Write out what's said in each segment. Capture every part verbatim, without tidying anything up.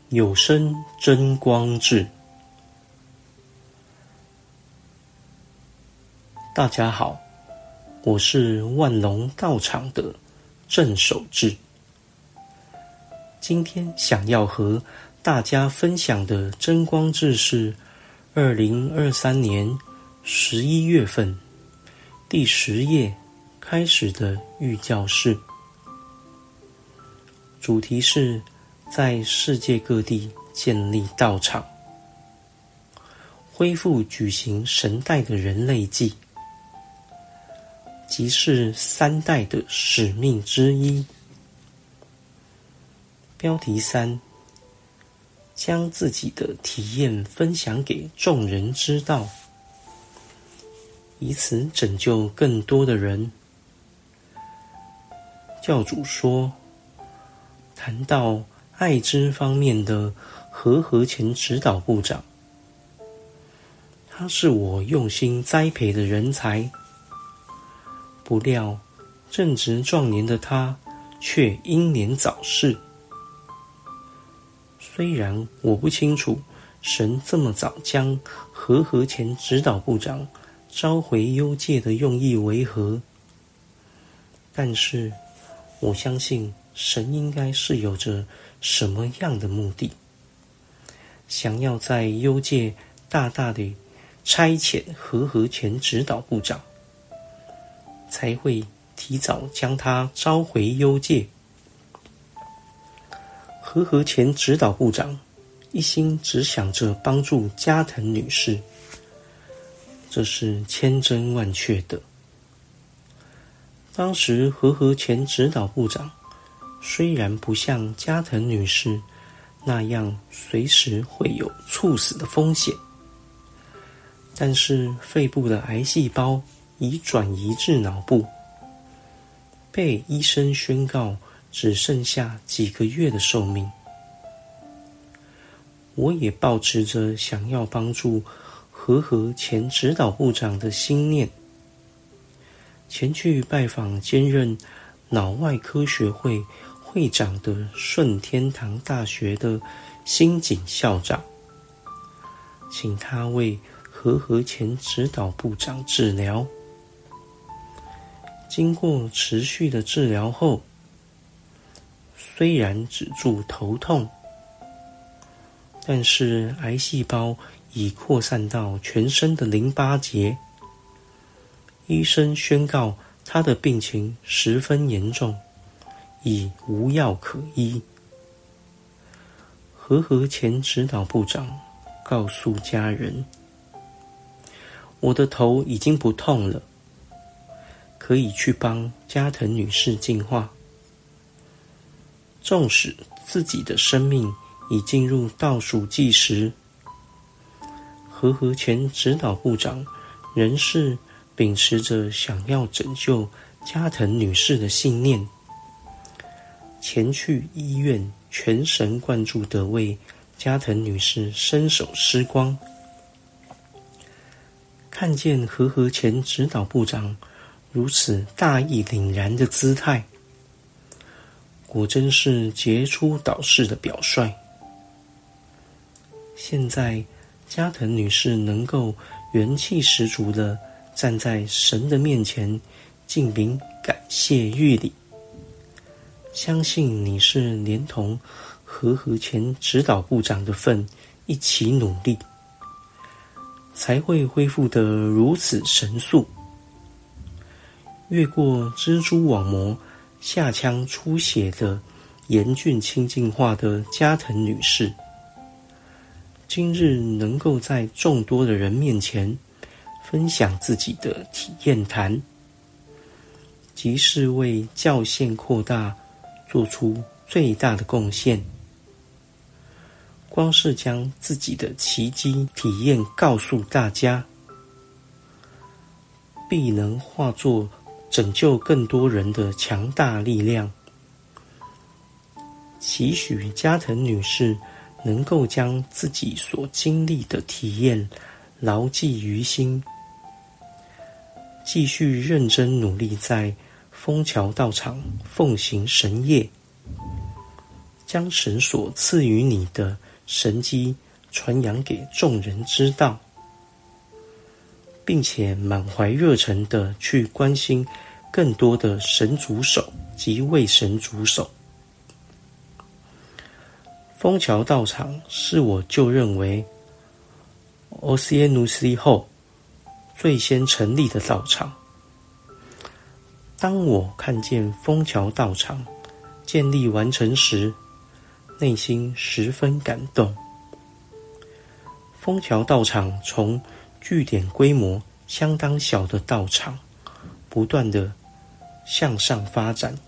有声真光志。大家好，我是万隆道场的郑守志。今天想要和大家分享的真光志是二零二三年十一月份第十页开始的御教示，主题是在世界各地建立道场，恢复举行神代的人类祭，即是三代的使命之一。标题三，将自己的体验分享给众人知道，以此拯救更多的人。教主说，谈到爱知方面的和合前指导部长，他是我用心栽培的人才，不料正值壮年的他却英年早逝。虽然我不清楚神这么早将和合前指导部长召回幽界的用意为何，但是我相信神应该是有着什么样的目的，想要在幽界大大的差遣和合前指导部长，才会提早将他召回幽界。和合前指导部长一心只想着帮助加藤女士，这是千真万确的。当时和合前指导部长虽然不像加藤女士那样随时会有猝死的风险，但是肺部的癌细胞已转移至脑部，被医生宣告只剩下几个月的寿命。我也抱持着想要帮助和合前指导部长的心念，前去拜访兼任脑外科学会会长的顺天堂大学的新井校长，请他为和合前指导部长治疗。经过持续的治疗后，虽然止住头痛，但是癌细胞已扩散到全身的淋巴结，医生宣告他的病情十分严重，已无药可医。和合前指导部长告诉家人，我的头已经不痛了，可以去帮加藤女士净化。纵使自己的生命已进入倒数计时，和合前指导部长仍是秉持着想要拯救加藤女士的信念，前去医院全神贯注地为加藤女士伸手施光。看见和合前指导部长如此大义凛然的姿态，果真是杰出导师的表率。现在加藤女士能够元气十足地站在神的面前敬禀感谢御礼，相信你是连同和合前指导部长的份一起努力，才会恢复得如此神速。越过蜘蛛网膜下腔出血的严峻清净化的加藤女士，今日能够在众多的人面前分享自己的体验谈，即是为教线扩大做出最大的贡献。光是将自己的奇迹体验告诉大家，必能化作拯救更多人的强大力量。期许加藤女士能够将自己所经历的体验牢记于心，继续认真努力在枫桥道场奉行神业， 将神所赐予你的神迹传扬给众人知道，并且满怀热忱地去关心更多的神主手及为神主手。枫桥道场是我就认为 O C N C 后最先成立的道场。当我看见枫桥道场建立完成时，内心十分感动。枫桥道场从据点规模相当小的道场，不断的向上发展，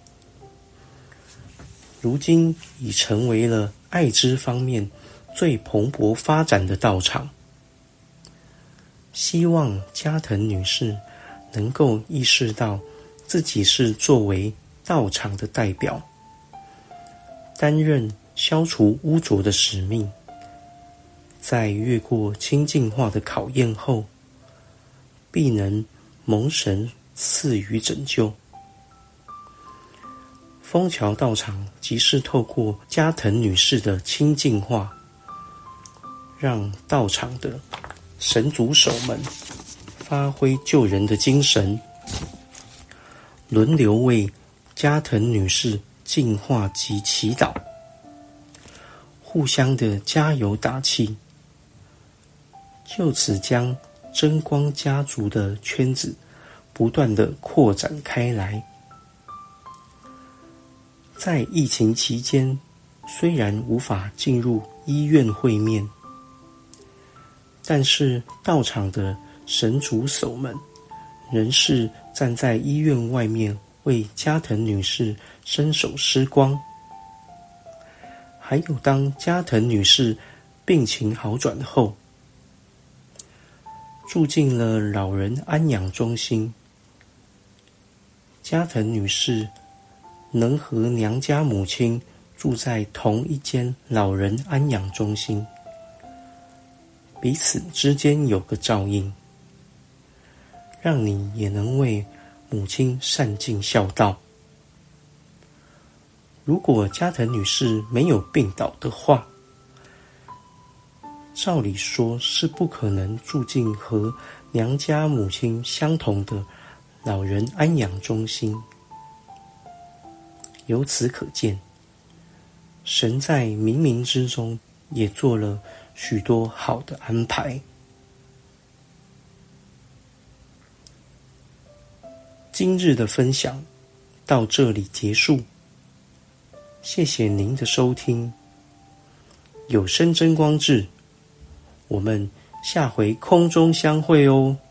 如今已成为了爱知方面最蓬勃发展的道场。希望加藤女士能够意识到自己是作为道场的代表，担任消除污浊的使命，在越过清净化的考验后，必能蒙神赐予拯救。枫桥道场即是透过加藤女士的清净化，让道场的神主手们发挥救人的精神，轮流为加藤女士净化及祈祷，互相的加油打气，就此将真光家族的圈子不断的扩展开来。在疫情期间，虽然无法进入医院会面，但是道场的神主手们仍是站在医院外面为加藤女士伸手施光。还有当加藤女士病情好转后，住进了老人安养中心，加藤女士能和娘家母亲住在同一间老人安养中心，彼此之间有个照应，让你也能为母亲善尽孝道。如果加藤女士没有病倒的话，照理说是不可能住进和娘家母亲相同的老人安养中心。由此可见，神在冥冥之中也做了许多好的安排。今日的分享到这里结束，谢谢您的收听。有声真光志，我们下回空中相会哦。